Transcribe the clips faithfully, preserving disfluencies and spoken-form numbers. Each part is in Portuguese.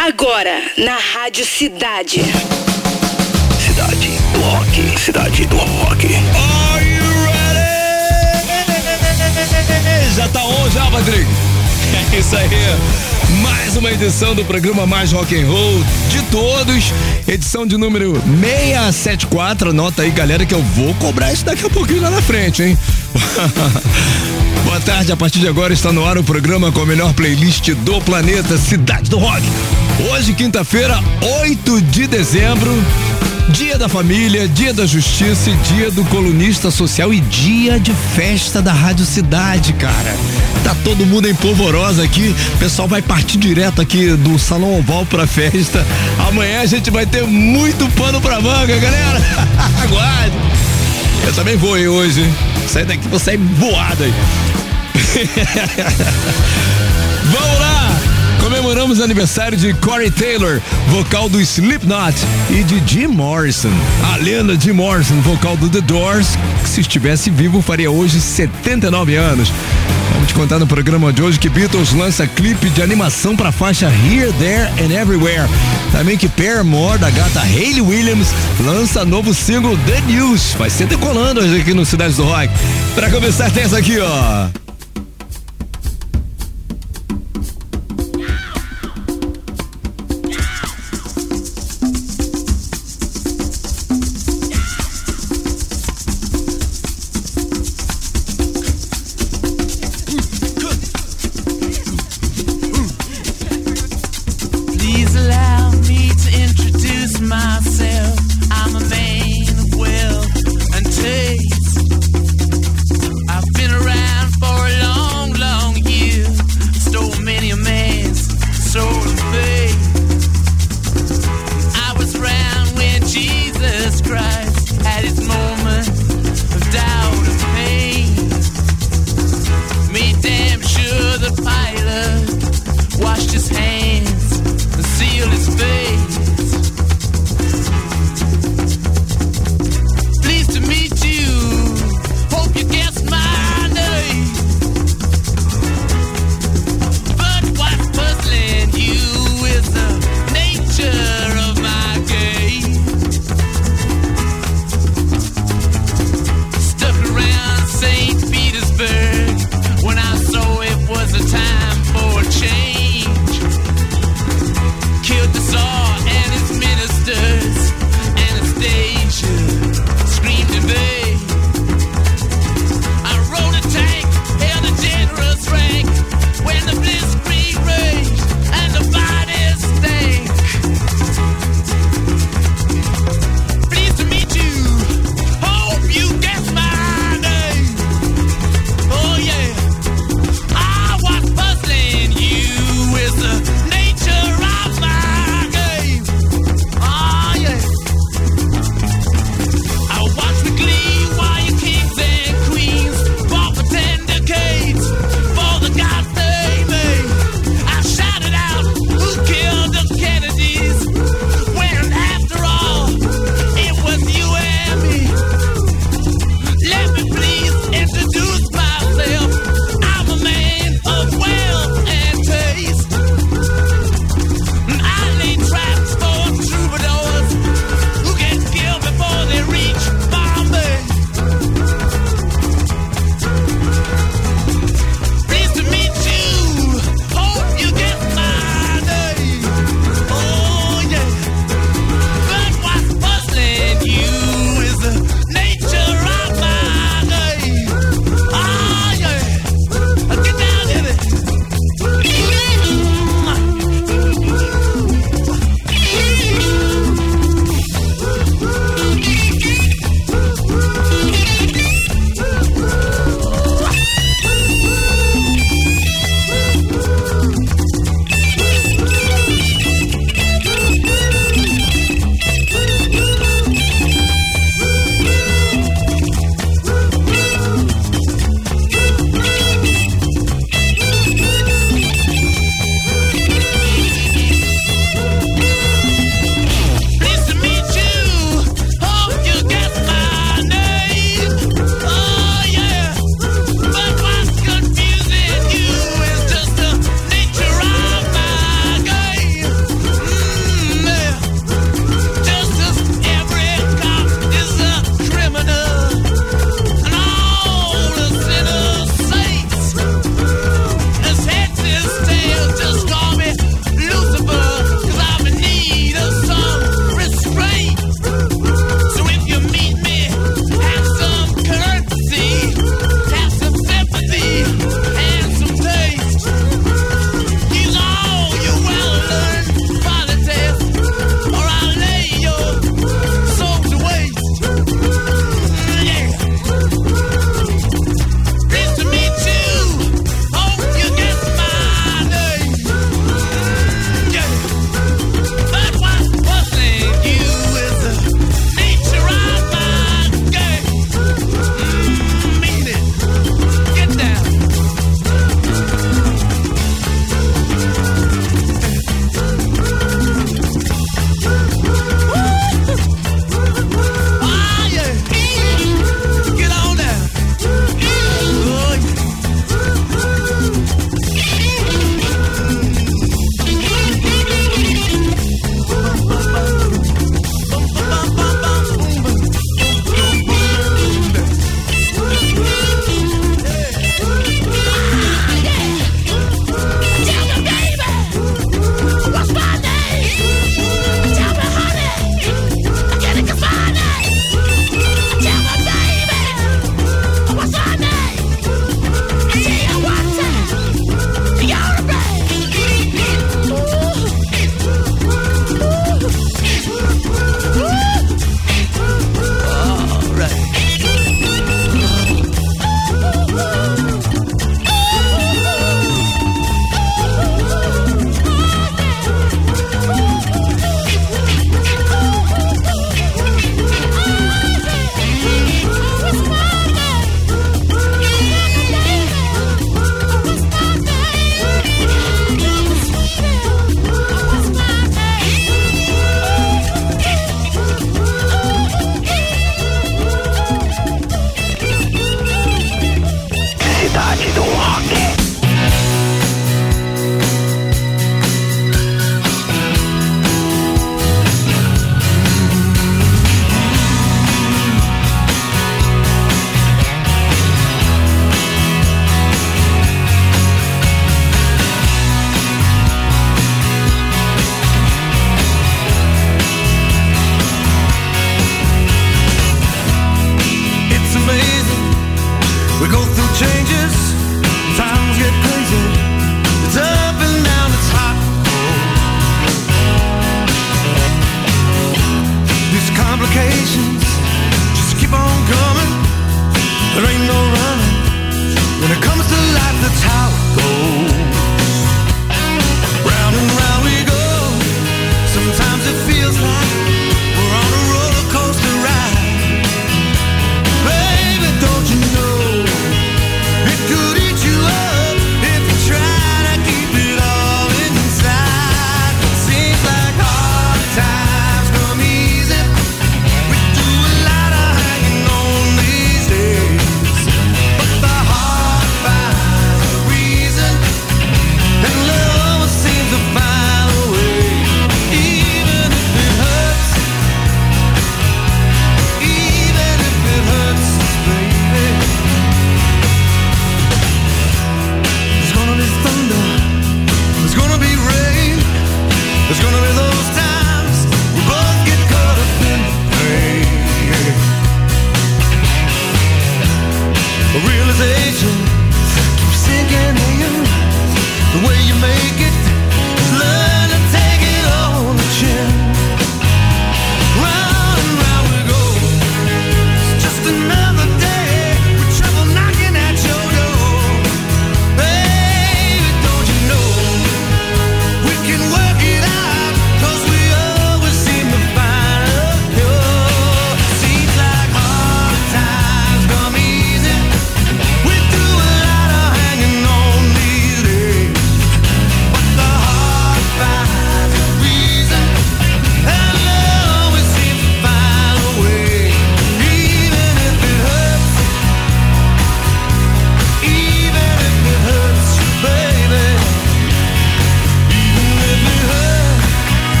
Agora, na Rádio Cidade. Cidade do Rock. Cidade do Rock. Are you ready? Já tá on já, Patrick? É isso aí. Mais uma edição do programa mais rock and roll de todos. Edição de número seiscentos e setenta e quatro. Anota aí, galera, que eu vou cobrar isso daqui a pouquinho lá na frente, hein? Boa tarde, a partir de agora está no ar o programa com a melhor playlist do planeta, Cidade do Rock. Hoje, quinta-feira, oito de dezembro, dia da família, dia da justiça, dia do colunista social e dia de festa da Rádio Cidade, cara. Tá todo mundo em polvorosa aqui, o pessoal vai partir direto aqui do Salão Oval pra festa. Amanhã a gente vai ter muito pano pra manga, galera. Aguarde. Eu também vou aí hoje, hein? Sai daqui, vou sair voado aí. Vamos lá! Comemoramos o aniversário de Corey Taylor, vocal do Slipknot, e de Jim Morrison, a lenda Jim Morrison, vocal do The Doors, que se estivesse vivo faria hoje setenta e nove anos. Vamos te contar no programa de hoje que Beatles lança clipe de animação para a faixa Here, There and Everywhere. Também que Paramore, da gata Hayley Williams, lança novo single The News. Vai ser decolando hoje aqui no Cidade do Rock. Para começar, tem essa aqui, ó.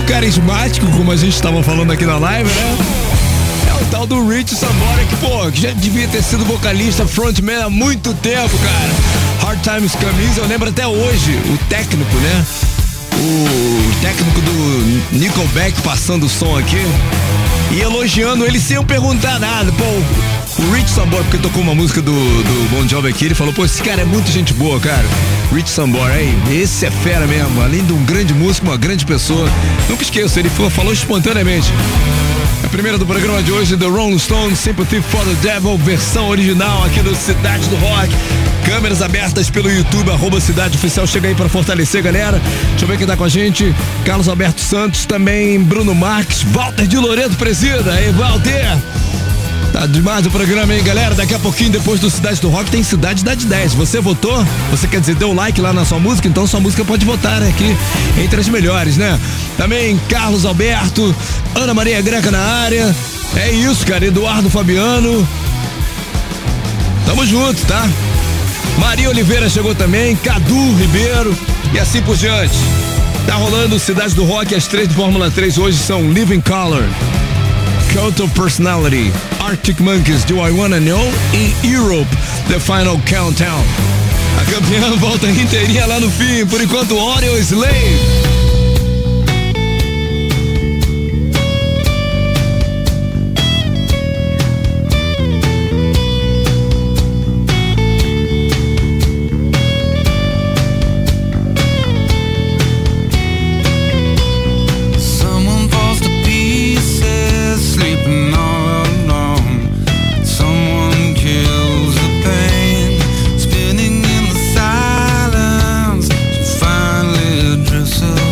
carismático, como a gente estava falando aqui na live, né? É o tal do Rich Sambora, que, pô, que já devia ter sido vocalista, frontman há muito tempo, cara. Hard Times Camisa, eu lembro até hoje, o técnico, né? O técnico do Nickelback passando o som aqui e elogiando ele sem eu perguntar nada. Pô, o Rich Sambora, porque tocou uma música do, do Bon Jovi aqui, ele falou, pô, esse cara é muito gente boa, cara. Rich Sambora, aí, esse é fera mesmo, além de um grande músico, uma grande pessoa. Nunca esqueço, ele falou, falou espontaneamente. A primeira do programa de hoje, The Rolling Stones, Sympathy for the Devil, versão original aqui do Cidade do Rock. Câmeras abertas pelo YouTube, arroba Cidade Oficial. Chega aí pra fortalecer, galera. Deixa eu ver quem tá com a gente. Carlos Alberto Santos, também Bruno Marques, Walter de Loreto presida. Aí, Walter. Tá demais o programa, hein, galera? Daqui a pouquinho, depois do Cidade do Rock, tem Cidade da dez. Você votou? Você quer dizer, deu like lá na sua música? Então sua música pode votar aqui entre as melhores, né? Também Carlos Alberto, Ana Maria Greca na área. É isso, cara. Eduardo Fabiano. Tamo junto, tá? Maria Oliveira chegou também, Cadu Ribeiro e assim por diante. Tá rolando Cidade do Rock, as três de Fórmula três hoje são Living Color, Cult of Personality, Arctic Monkeys, Do I Wanna Know e Europe, The Final Countdown. A campeã volta inteirinha lá no fim, por enquanto Audio Slave. So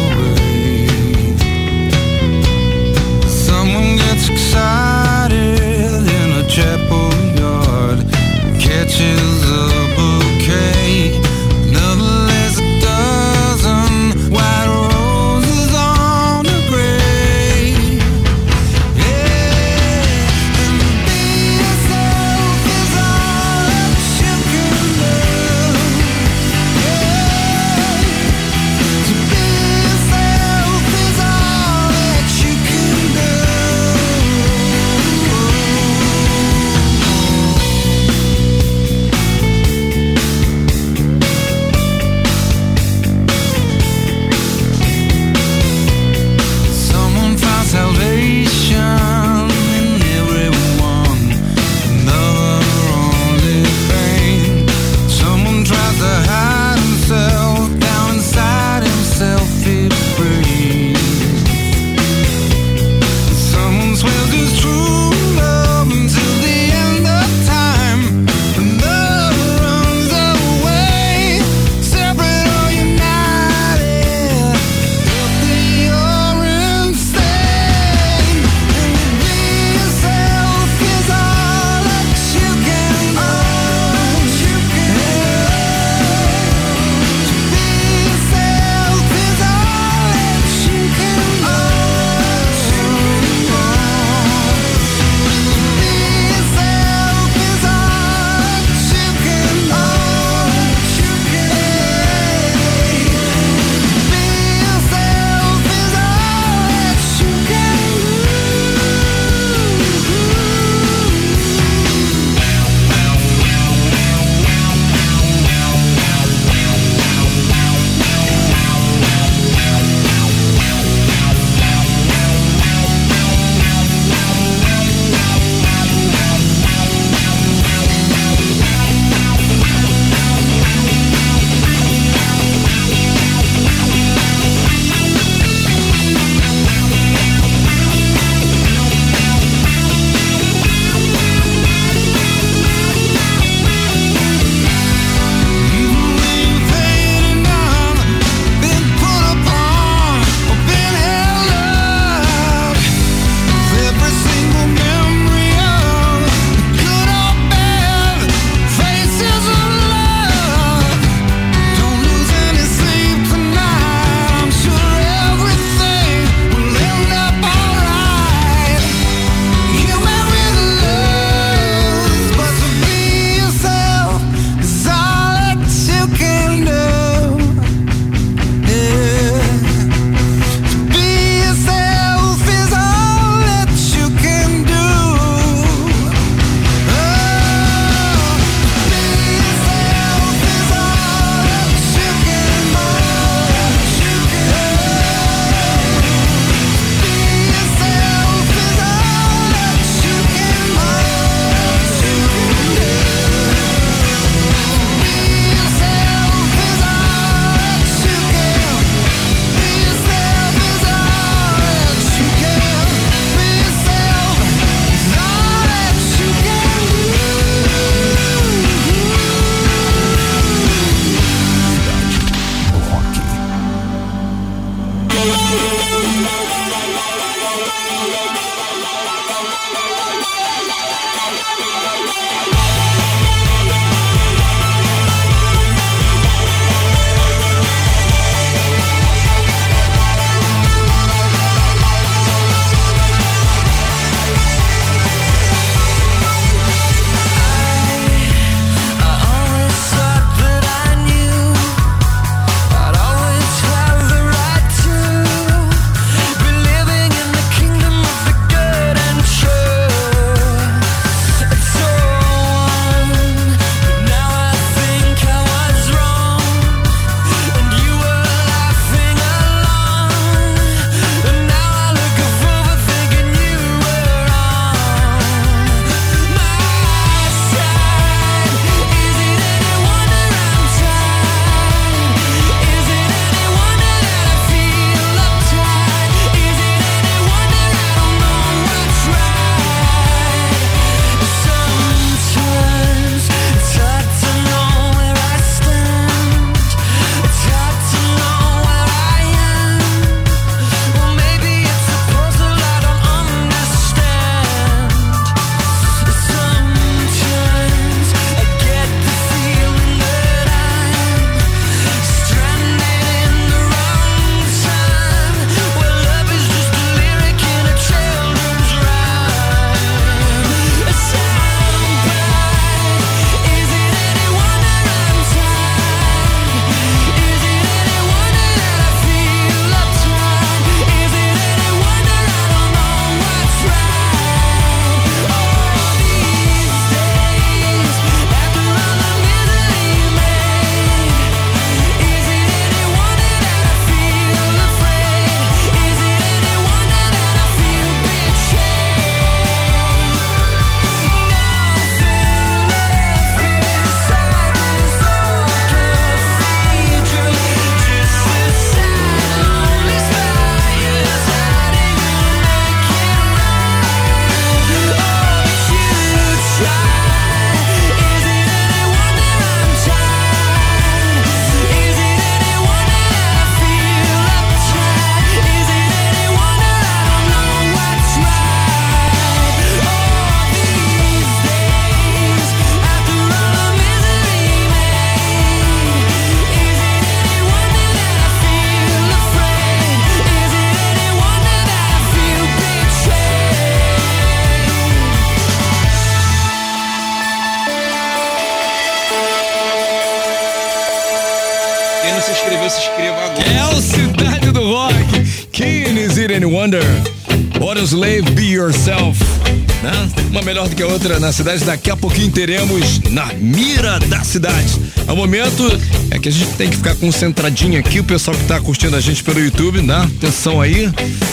se inscreva agora. É o Cidade do Rock. Keen, Is It Any Wonder? Audioslave, Be Yourself. Né? Uma melhor do que a outra na cidade. Daqui a pouquinho teremos Na Mira da Cidade. O momento é que a gente tem que ficar concentradinho aqui. O pessoal que tá curtindo a gente pelo YouTube, né? Atenção aí.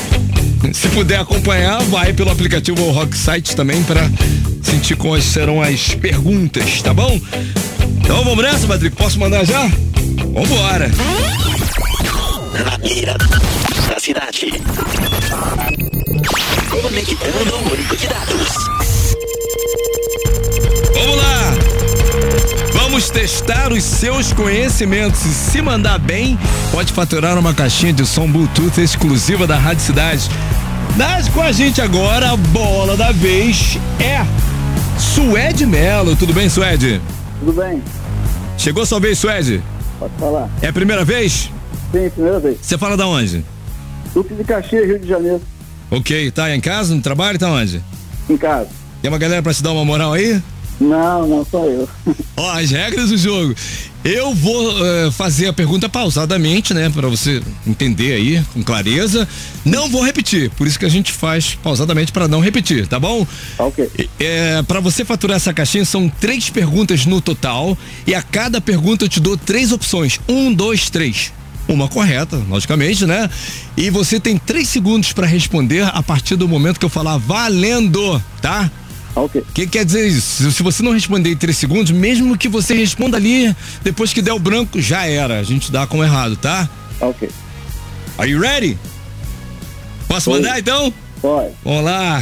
Se puder acompanhar, vai pelo aplicativo Rock Site também para sentir quais serão as perguntas, tá bom? Então vamos nessa, Patrick? Posso mandar já? Vambora! Na Mira da Cidade. Conectando o único de dados. Vamos lá! Vamos testar os seus conhecimentos e se mandar bem, pode faturar uma caixinha de som Bluetooth exclusiva da Rádio Cidade. Mas com a gente agora, a bola da vez é Suede Melo. Tudo bem, Suede? Tudo bem. Chegou a sua vez, Suede? Pode falar. É a primeira vez? Sim, primeira vez. Você fala da onde? Duque de Caxias, Rio de Janeiro. Ok, tá em casa, no trabalho, tá onde? Em casa. Tem uma galera pra te dar uma moral aí? Não, não sou eu. Ó, as regras do jogo. Eu vou uh, fazer a pergunta pausadamente, né? Pra você entender aí com clareza. Não vou repetir, por isso que a gente faz pausadamente pra não repetir, tá bom? Ok. É, pra você faturar essa caixinha são três perguntas no total e a cada pergunta eu te dou três opções. Um, dois, três. Uma correta, logicamente, né? E você tem três segundos pra responder a partir do momento que eu falar valendo, tá? Ok. O que quer dizer isso? Se você não responder em três segundos, mesmo que você responda ali, depois que der o branco, já era. A gente dá como errado, tá? Ok. Are you ready? Posso Oi. mandar então? Pode. Vamos lá.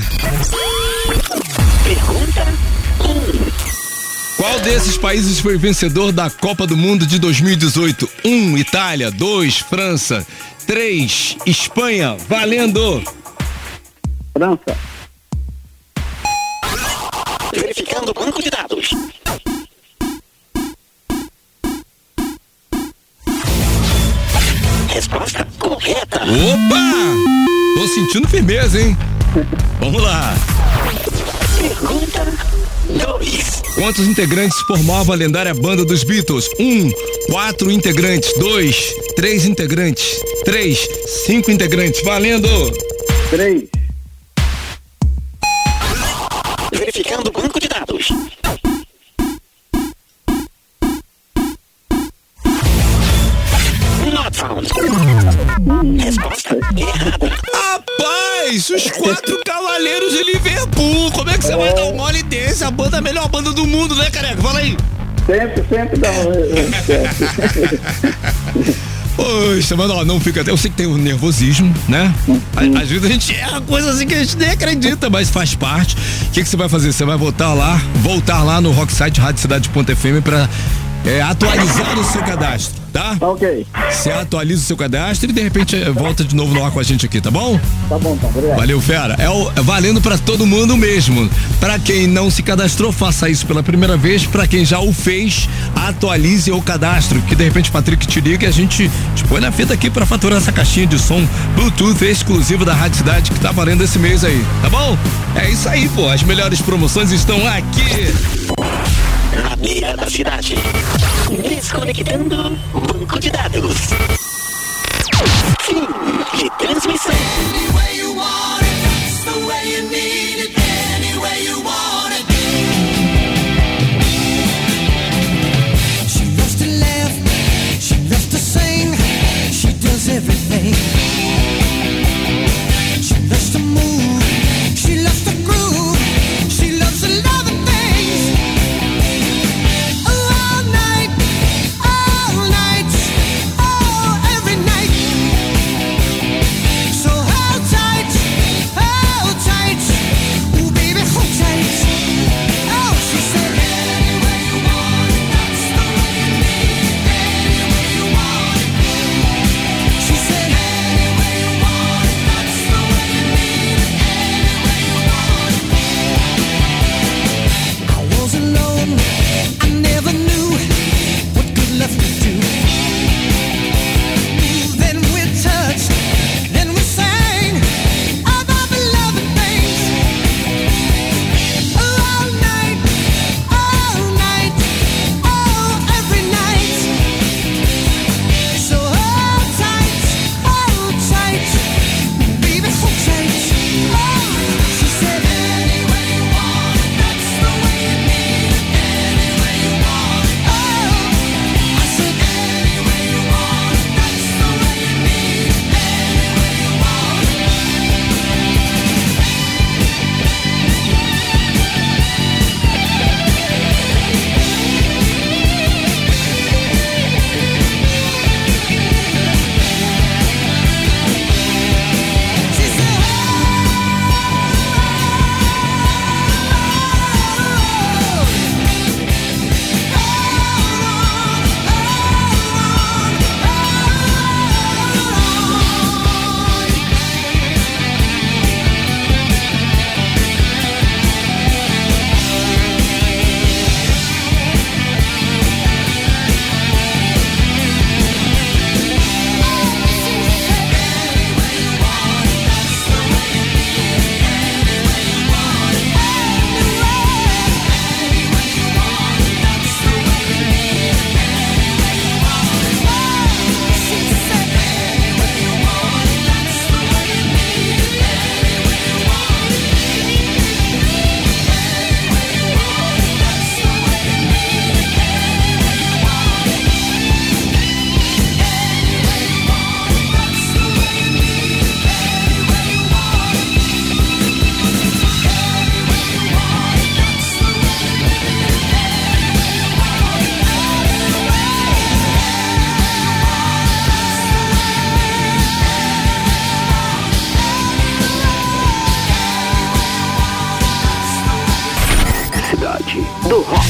Pergunta um. Qual desses países foi vencedor da Copa do Mundo de dois mil e dezoito? Um, Itália. Dois, França. Três, Espanha. Valendo! França. Verificando o banco de dados. Resposta correta. Opa! Tô sentindo firmeza, hein? Vamos lá. Pergunta dois. Quantos integrantes formava a lendária banda dos Beatles? Um, quatro integrantes. Dois, três integrantes. Três, cinco integrantes. Valendo! Três. Verificando o banco de dados. Not found. Resposta errada. Rapaz, os quatro cavaleiros de Liverpool. Como é que você vai dar um mole desse? A banda, a melhor banda do mundo, né, careca? Fala aí. Sempre, sempre dá um... Poxa, mas ó, não fica até. Eu sei que tem o nervosismo, né? Às, às vezes a gente erra coisas assim que a gente nem acredita, mas faz parte. O que, que você vai fazer? Você vai voltar lá, voltar lá no Rocksite Rádio Cidade ponto F M pra é, atualizar o seu cadastro, tá? Ok. Você atualiza o seu cadastro e de repente volta de novo no ar com a gente aqui, tá bom? Tá bom, tá. Obrigado. Valeu, fera. É, o, é valendo pra todo mundo mesmo. Pra quem não se cadastrou, faça isso pela primeira vez. Pra quem já o fez, atualize o cadastro. Que de repente o Patrick te liga e a gente te põe na fita aqui pra faturar essa caixinha de som Bluetooth exclusivo da Rádio Cidade que tá valendo esse mês aí, tá bom? É isso aí, pô. As melhores promoções estão aqui. Na beira da cidade. Desconectando banco de dados. Fim de transmissão. She loves to laugh, she loves to sing, she does everything. She loves to move, she loves to groove, she loves to love and things. All night, all night, oh, every night. So hold tight, hold tight, ooh baby, hold tight. Oh, she said, any way you want it, that's the way you need it. Any way you want it. She said, any way you want it, that's the way you need it. Any way you want it. I was alone, I never knew what good love could do. Then we touched, then we sang about the love and things. All night, all night, oh, every night. So hold tight, hold tight, baby, hold tight. Oh, she said, any way you want it, that's the way you need it. Any way you want it. Oh, I said, any way you want it, that's the way you need it. Any way you want it. She said, Cidade do Rock.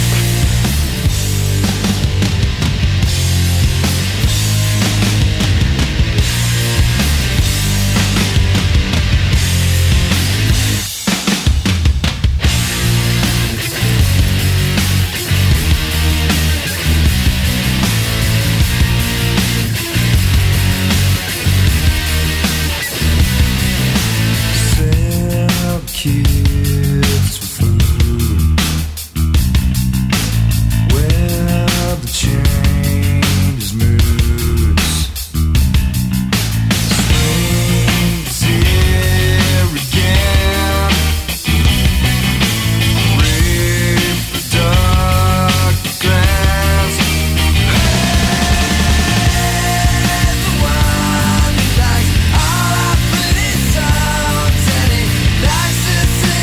kids for food. Well, the change is moods. Spring's here again. Rape the dark glass. Hey, the one who likes all our pretty songs, and he likes to sing.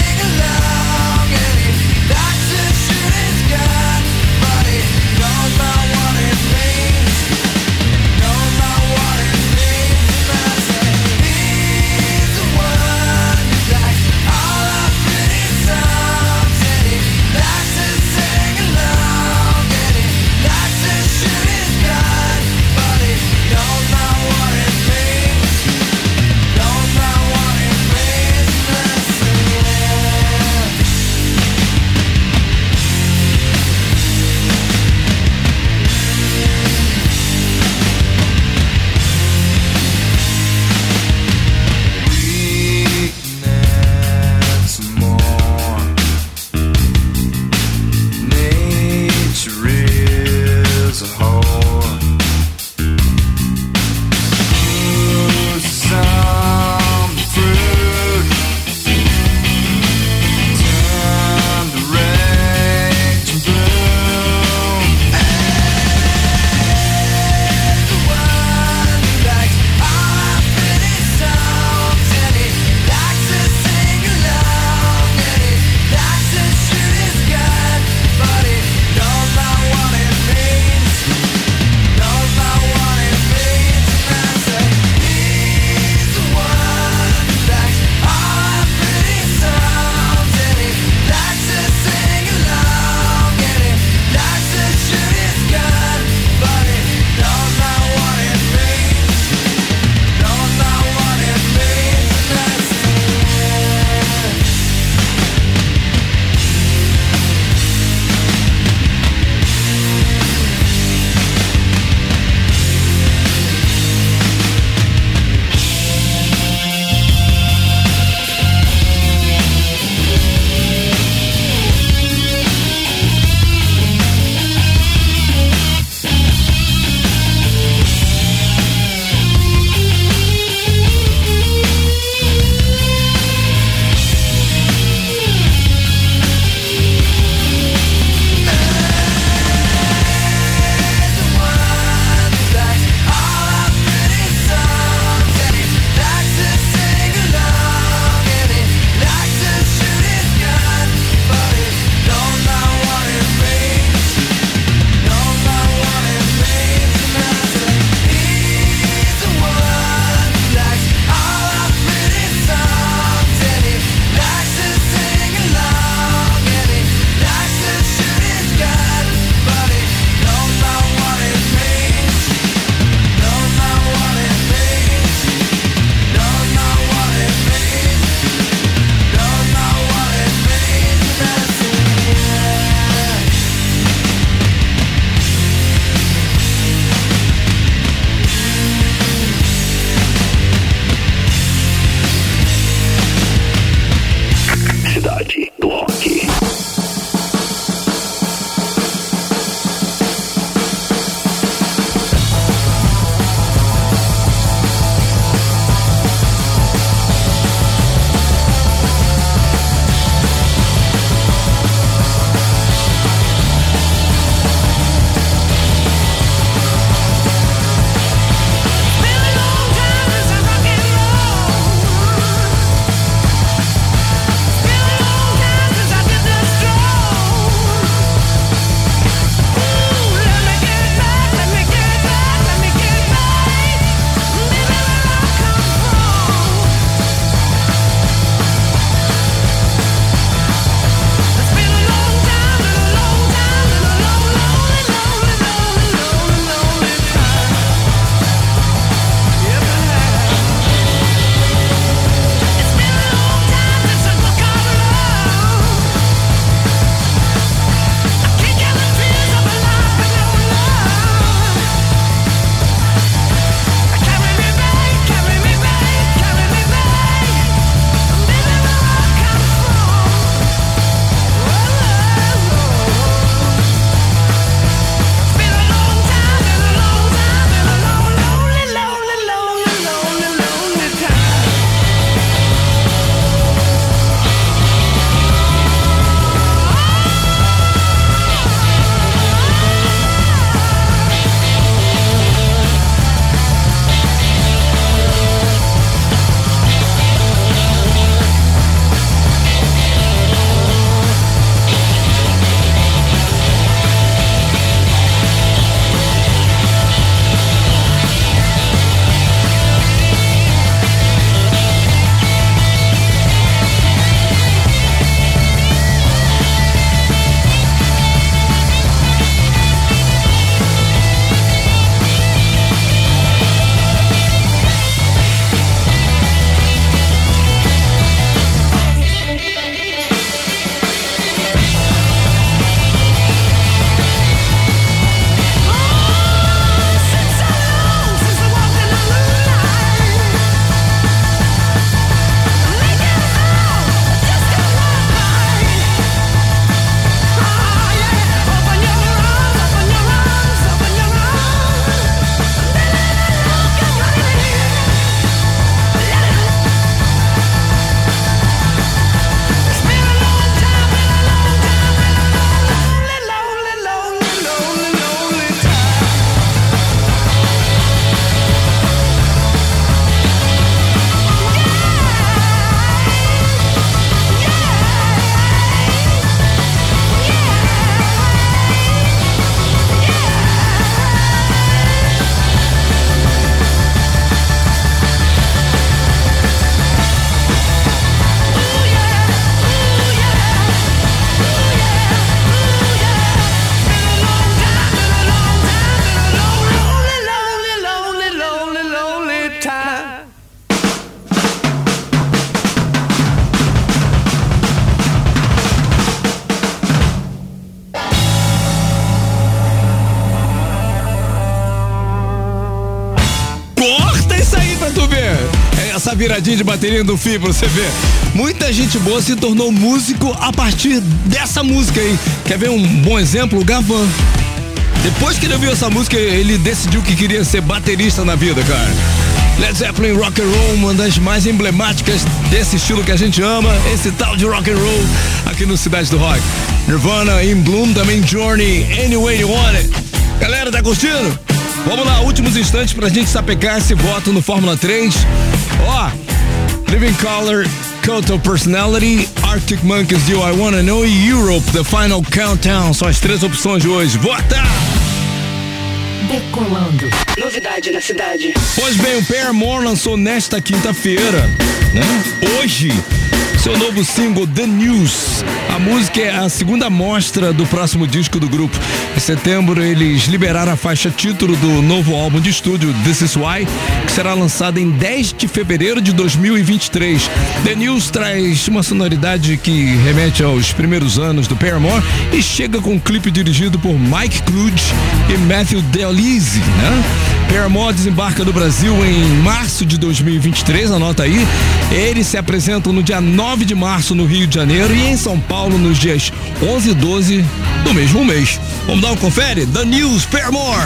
essa viradinha de bateria do Fih pra você ver. Muita gente boa se tornou músico a partir dessa música aí. Quer ver um bom exemplo? O Gavan. Depois que ele ouviu essa música, ele decidiu que queria ser baterista na vida, cara. Led Zeppelin Rock and Roll, uma das mais emblemáticas desse estilo que a gente ama, esse tal de rock and roll aqui no Cidade do Rock. Nirvana, In Bloom, também Journey, Any Way You Want It. Galera, tá curtindo? Vamos lá, últimos instantes pra gente sapecar esse voto no Fórmula três. Ó, Living Colour, Cult of Personality, Arctic Monkeys, Do I Wanna Know e Europe, The Final Countdown. São as três opções de hoje. Vota! Decolando. Novidade na cidade. Pois bem, o Paramore lançou nesta quinta-feira, né? Hoje, seu novo single The News. A música é a segunda mostra do próximo disco do grupo. Em setembro eles liberaram a faixa título do novo álbum de estúdio This Is Why, que será lançado em dez de fevereiro de dois mil e vinte e três. The News traz uma sonoridade que remete aos primeiros anos do Paramore e chega com um clipe dirigido por Mike Cluge e Matthew Delise, né? Paramore desembarca do Brasil em março de dois mil e vinte e três, anota aí. Eles se apresentam no dia nove de março no Rio de Janeiro e em São Paulo nos dias onze e doze do mesmo mês. Vamos dar um confere? The News, Paramore.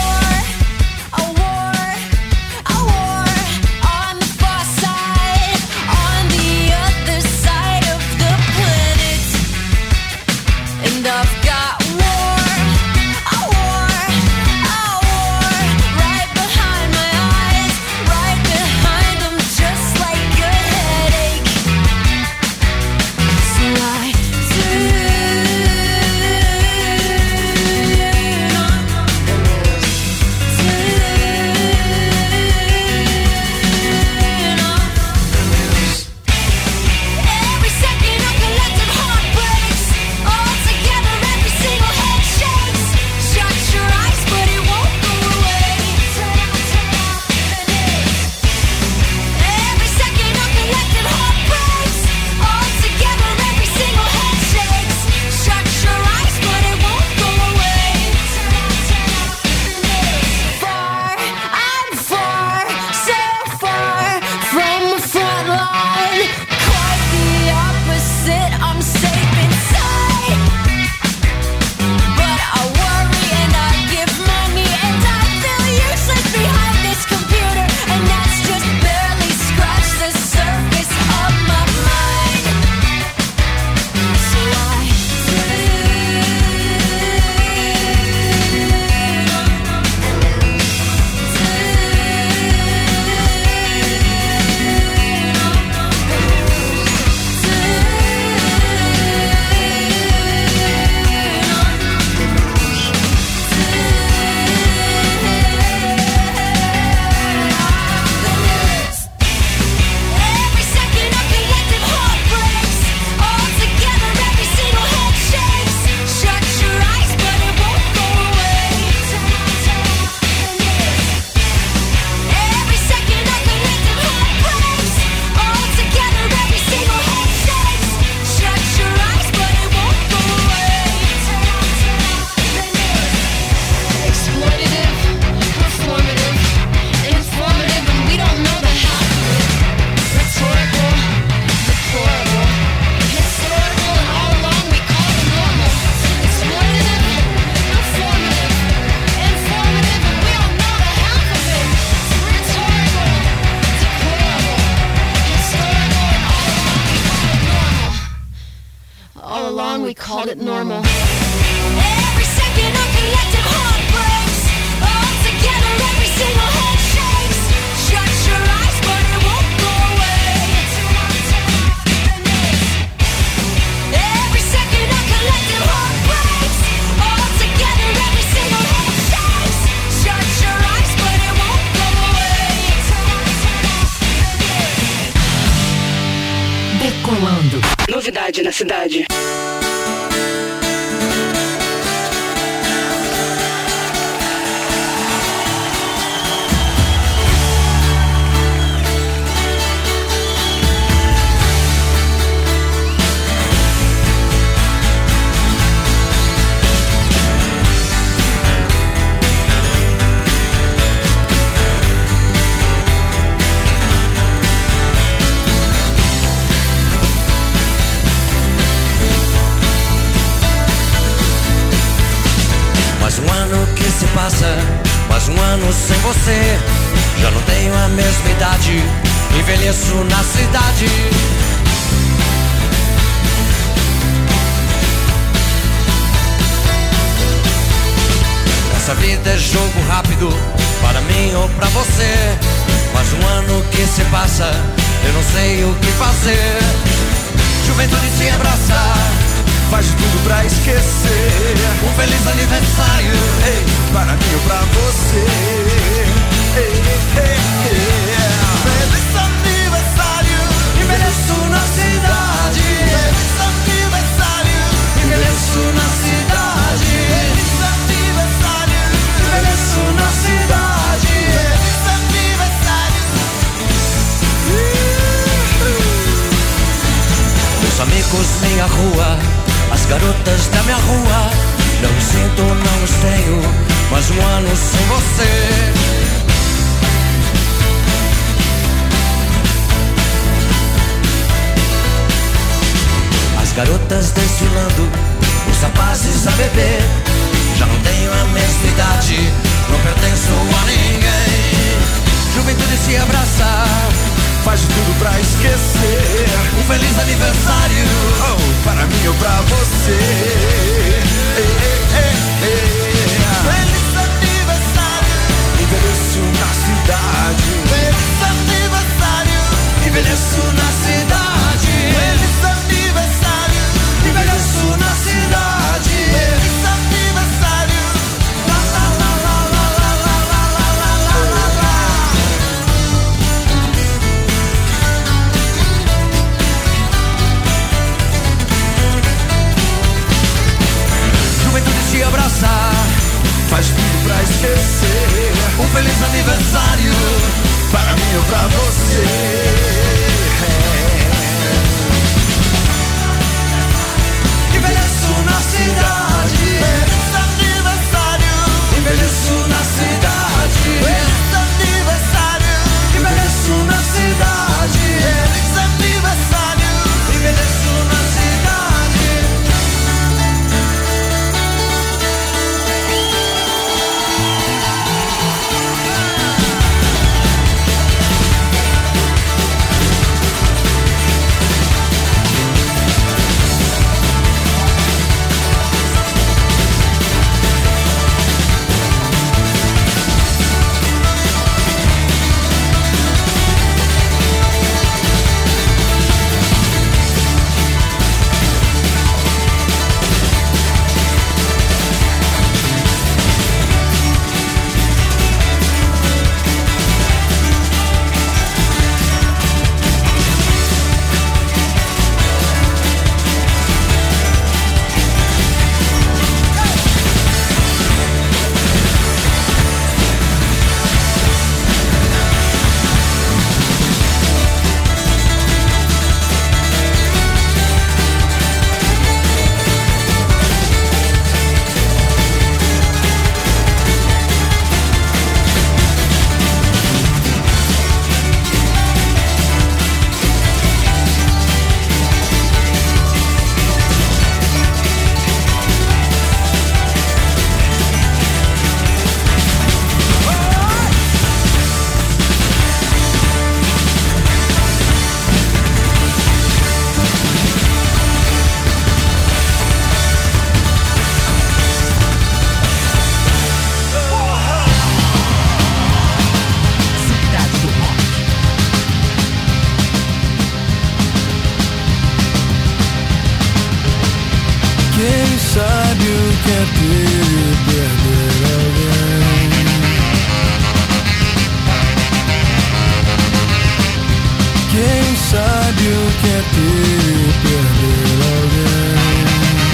called it normal. Every second of collective heartbreaks, all together every single head shakes. Shut your eyes but it won't go away. Every second of collective heartbreaks, all together every single head shakes. Shut your eyes but it won't go away. Decolando. Novidade na cidade. se passa, mais um ano sem você. Já não tenho a mesma idade, envelheço na cidade. Essa vida é jogo rápido, para mim ou pra você. Mais um ano que se passa, eu não sei o que fazer. Juventude te abraça, Faz de tudo pra esquecer. um feliz aniversário, Ei, para mim ou pra você. Ei, ei, ei. Feliz aniversário. envelheço na cidade. Feliz aniversário. Envelheço na cidade. Feliz aniversário. Envelheço na cidade. Feliz aniversário. Meus amigos, minha rua, as garotas da minha rua. Não os sinto, não os tenho, mais um ano sem você. As garotas desfilando, os rapazes a beber. Já não tenho a mesma idade, não pertenço a ninguém. Juventude se abraça, Faz de tudo pra esquecer. um feliz aniversário. Oh, para mim ou pra você. Ei, ei, ei, ei. Feliz aniversário. Envelheço na cidade. Feliz aniversário. Envelheço na cidade. Feliz aniversário. Envelheço na cidade. Feliz aniversário. La, la, la, la, la, la, la, la, la, la, la, la. Juventude se abraça, Faz tudo pra esquecer. um feliz aniversário. Para mim ou pra você. Envelheço na cidade. Feliz aniversário. Envelheço na cidade. Feliz aniversário. Envelheço na cidade. Feliz aniversário. Envelheço na cidade. Quem sabe o que é ter e perder alguém? Quem sabe o que é ter e perder alguém?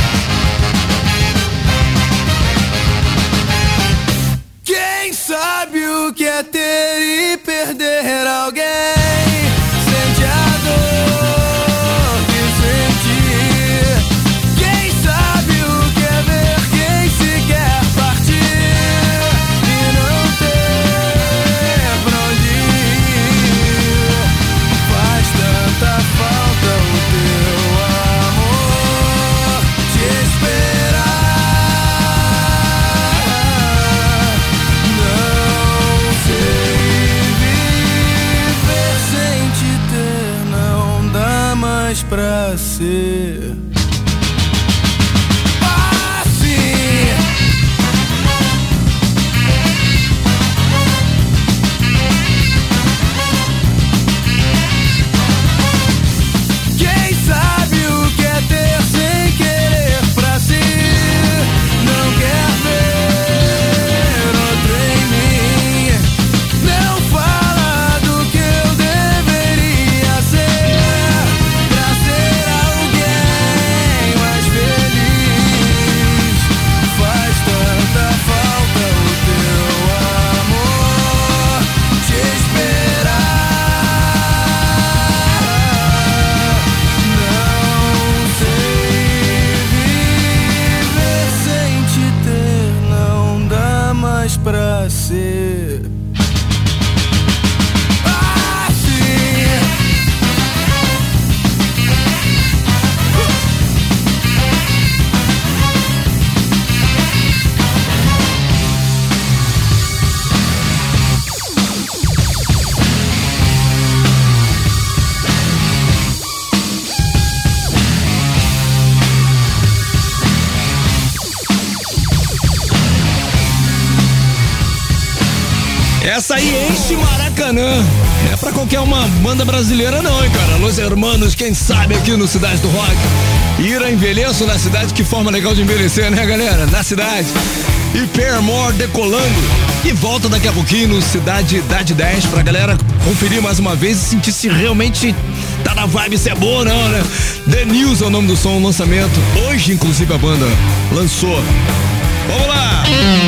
Quem sabe o que é ter e perder alguém? Sente a dor que senti. Quem sabe o que é ver quem se quer partir e não ter pra onde ir? Faz tanta falta o teu amor. ser assim. Quem sabe o que é ter sem querer pra si, não quer ver outro em mim, não fala do que eu deveria ser, pra ser alguém mais feliz. Faz tanta falta o teu amor, te esperar. Não sei viver sem te ter, não dá mais pra ser assim. Essa aí enche Maracanã. Não é pra qualquer uma banda brasileira não, hein, cara. Los Hermanos, quem sabe aqui no Cidade do Rock. Ira Envelheço na cidade, que forma legal de envelhecer, né, galera? Na cidade. E Paramore decolando. E volta daqui a pouquinho no Cidade Idade dez pra galera conferir mais uma vez e sentir se realmente tá na vibe, se é boa ou não, né? The News é o nome do som, o lançamento. Hoje, inclusive, a banda lançou. Vamos lá!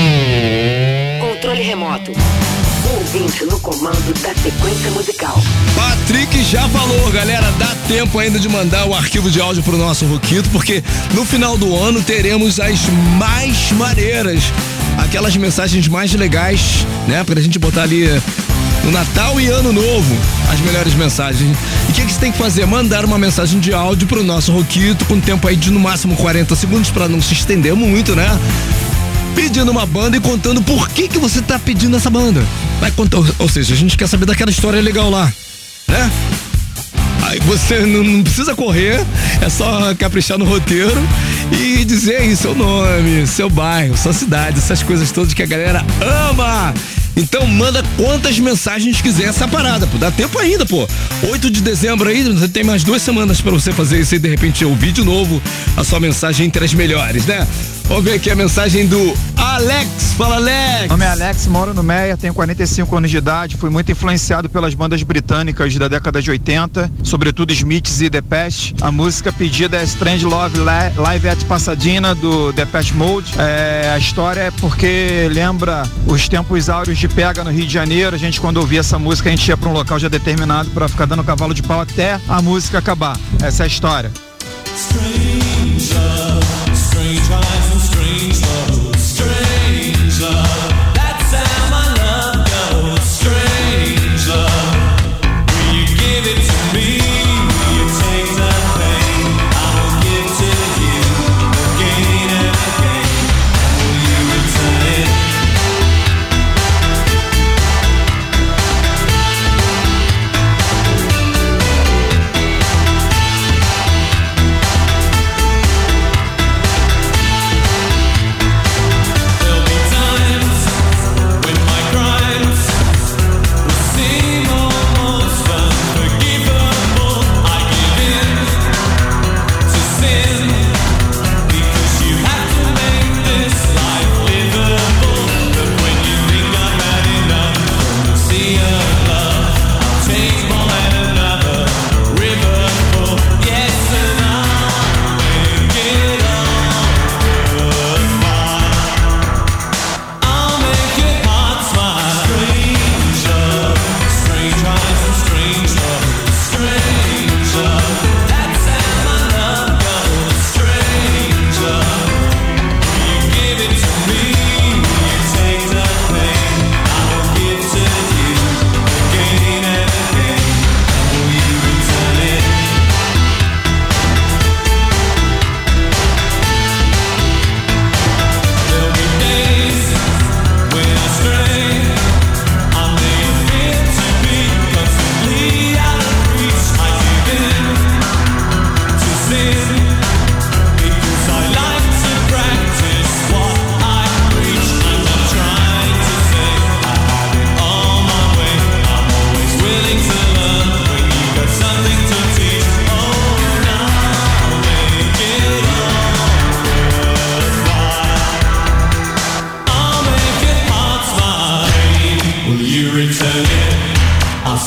Controle remoto. Ouvinte no comando da sequência musical. Patrick já falou, galera, dá tempo ainda de mandar o arquivo de áudio pro nosso Roquito, porque no final do ano teremos as mais maneiras, aquelas mensagens mais legais, né, pra gente botar ali no Natal e Ano Novo, as melhores mensagens. E o que, que você tem que fazer? Mandar uma mensagem de áudio pro nosso Roquito, com tempo aí de no máximo quarenta segundos, pra não se estender muito, né? Pedindo uma banda e contando por que que você tá pedindo essa banda. Vai contar, ou seja, a gente quer saber daquela história legal lá, né? Aí você não, não precisa correr, é só caprichar no roteiro e dizer aí seu nome, seu bairro, sua cidade, essas coisas todas que a galera ama. Então manda quantas mensagens quiser essa parada, pô. Dá tempo ainda, pô. oito de dezembro aí, você tem mais duas semanas pra você fazer isso e de repente ouvir de novo a sua mensagem entre as melhores, né? Vamos ver aqui a mensagem do Alex. Fala, Alex. Meu nome é Alex, moro no Meia, tenho quarenta e cinco anos de idade, fui muito influenciado pelas bandas britânicas da década de oitenta, sobretudo Smiths e Depeche. A música pedida é Strange Love Live at Pasadena, do Depeche Mode. É, a história é porque lembra os tempos áureos de pega no Rio de Janeiro. A gente, quando ouvia essa música, a gente ia pra um local já determinado pra ficar dando cavalo de pau até a música acabar. Essa é a história. Strange love, strange life and strange love, strange love. That's how my love goes. Strange love. Will you give it to me? Will you take the pain? I will give to you again and again. Will you return it?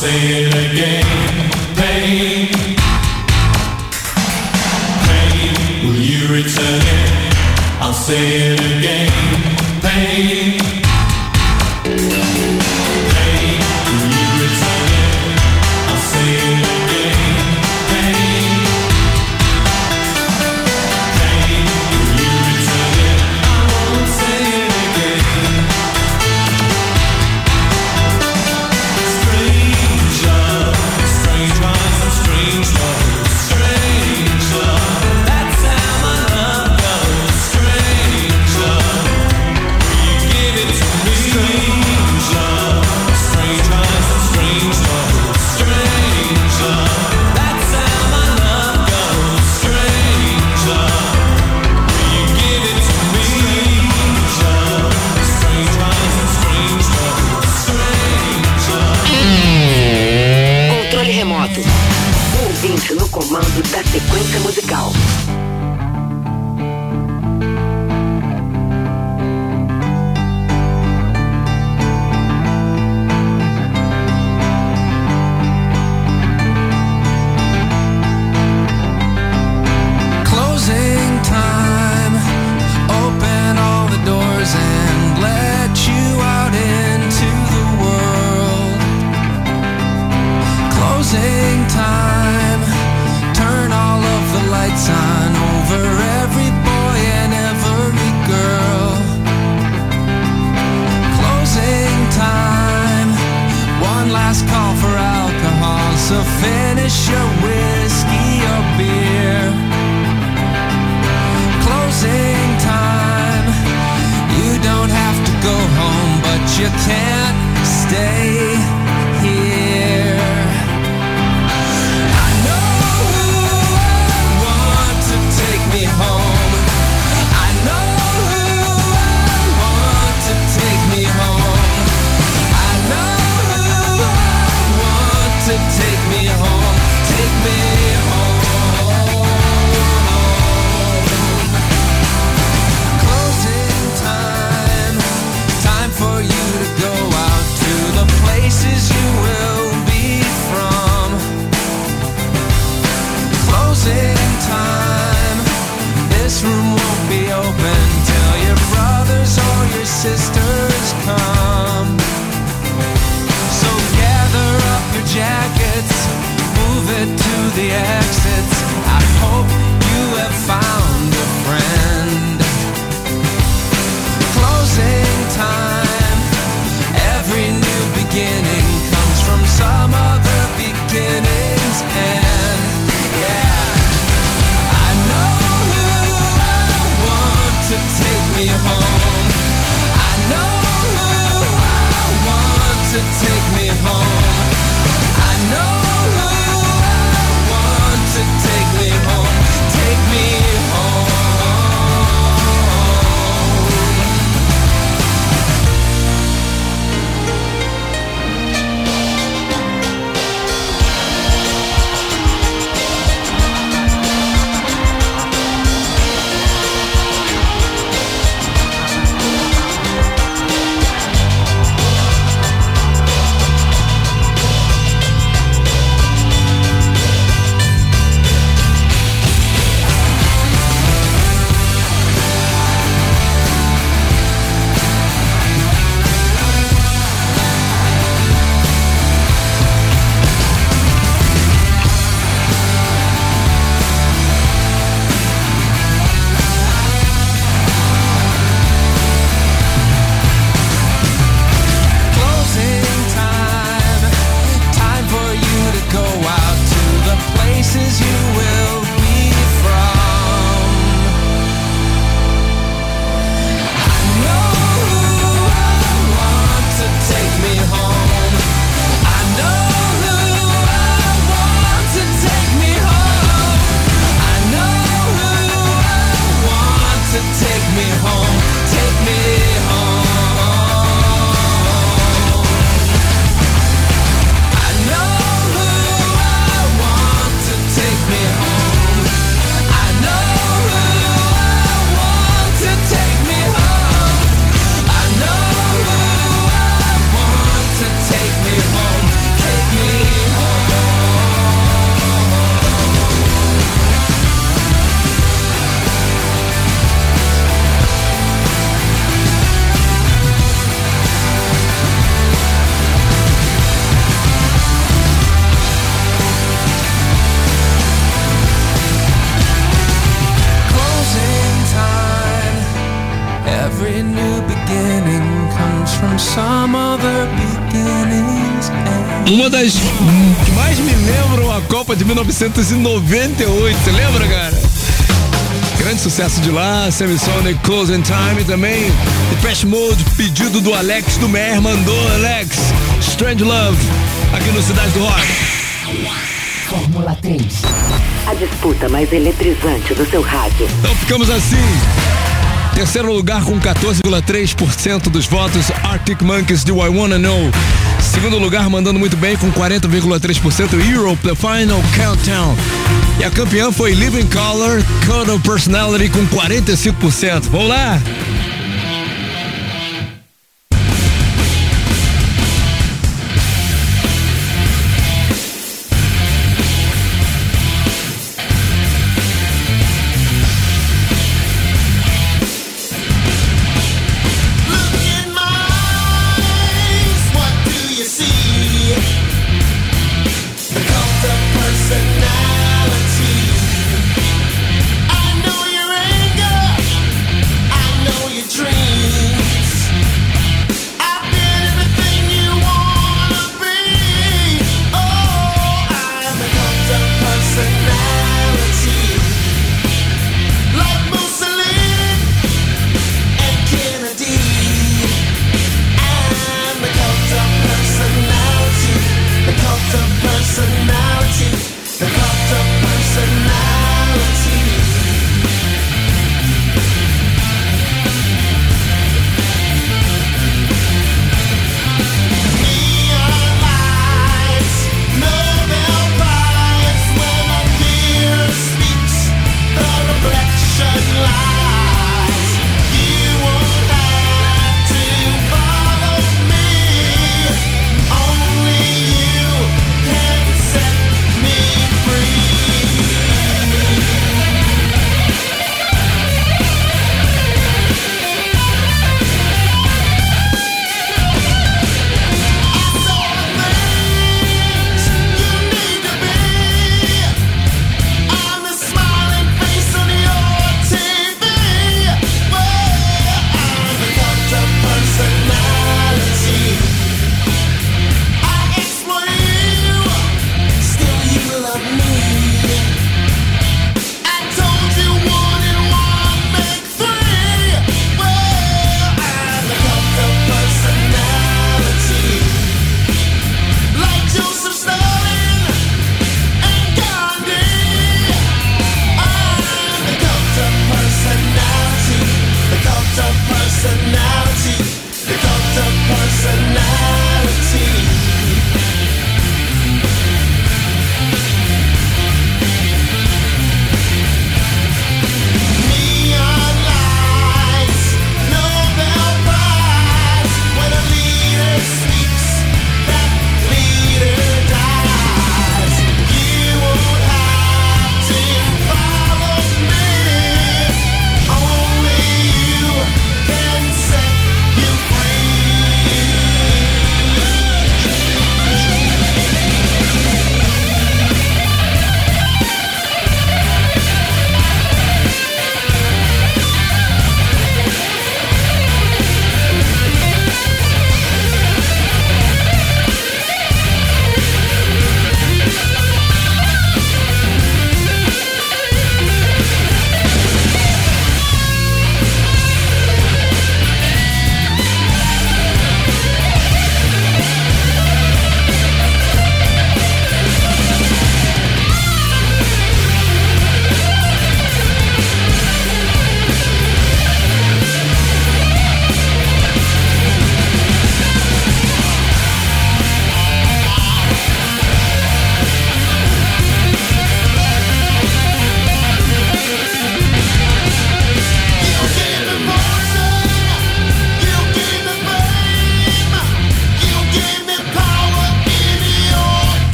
say it again. Pain, pain, will you return it? I'll say it again. Pain, pain, will you return it? I'll say it again. Pain, pain, will you return it? I won't say it again. Strange love, strange rise and strange love, strange love. That's how my love goes. Strange love, will you give it to me? Strange love, strange rise and strange love, strange love. That's how my love goes. Strange love, will you give it to me? Strange love, strange rise and strange love, strange love. Controle remoto. O ouvinte no comando da sequência musical. Closing time. Open all the doors and let you out into the world. Closing time. Turn all of the lights on over every boy and every girl. Closing time. One last call for alcohol, so finish your whiskey or beer. Closing time. You don't have to go home, but you can't stay here. I know who I want to take me home. I know who I want to take me home. I know who I want to take me home. Take me home. Closing time. Time for you to go out to the places you will be from. Closing time. This room won't be open till your brothers or your sisters come. So gather up your jackets, move it to the exits. I hope you have found a friend. Closing time. Every new beginning comes from some other beginning's end. Yeah. I know who I want to take me home. I know Every new beginning comes from some other beginning's end. Uma das hum, que mais me lembram a Copa de mil novecentos e noventa e oito, você lembra, cara? Grande sucesso de lá, Semisonic, Closing Time também. Depeche Mode, pedido do Alex do Mer, mandou Alex, Strange Love, aqui no Cidade do Rock. Fórmula três. A disputa mais eletrizante do seu rádio. Então ficamos assim. Terceiro lugar com quatorze vírgula três por cento dos votos, Arctic Monkeys de I Wanna Know. Segundo lugar, mandando muito bem com quarenta vírgula três por cento, Europe, The Final Countdown. E a campeã foi Living Colour, Code of Personality com quarenta e cinco por cento. Vamos lá! I know your anger, I know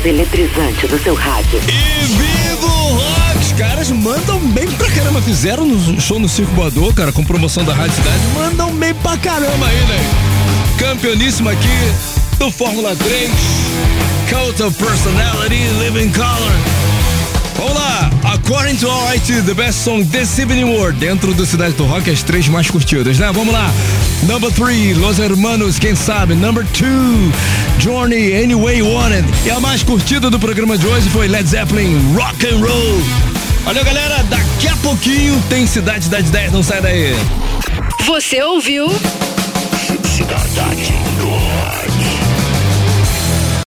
eletrizante do seu rádio. E viva o rock! Os caras mandam bem pra caramba. Fizeram no show no Circo Voador, cara, com promoção da Rádio Cidade. Mandam bem pra caramba aí, né? Campeoníssimo aqui do Fórmula três. Cult of Personality, Living Color. Vamos lá, according to all I T, the best song this evening world, dentro do Cidade do Rock, as três mais curtidas, né? Vamos lá. Number three, Los Hermanos, quem sabe? Number two, Journey, Any Way You Want It. E a mais curtida do programa de hoje foi Led Zeppelin, Rock and Roll. Valeu, galera, daqui a pouquinho tem Cidade das dez, não sai daí. Você ouviu? Cidade.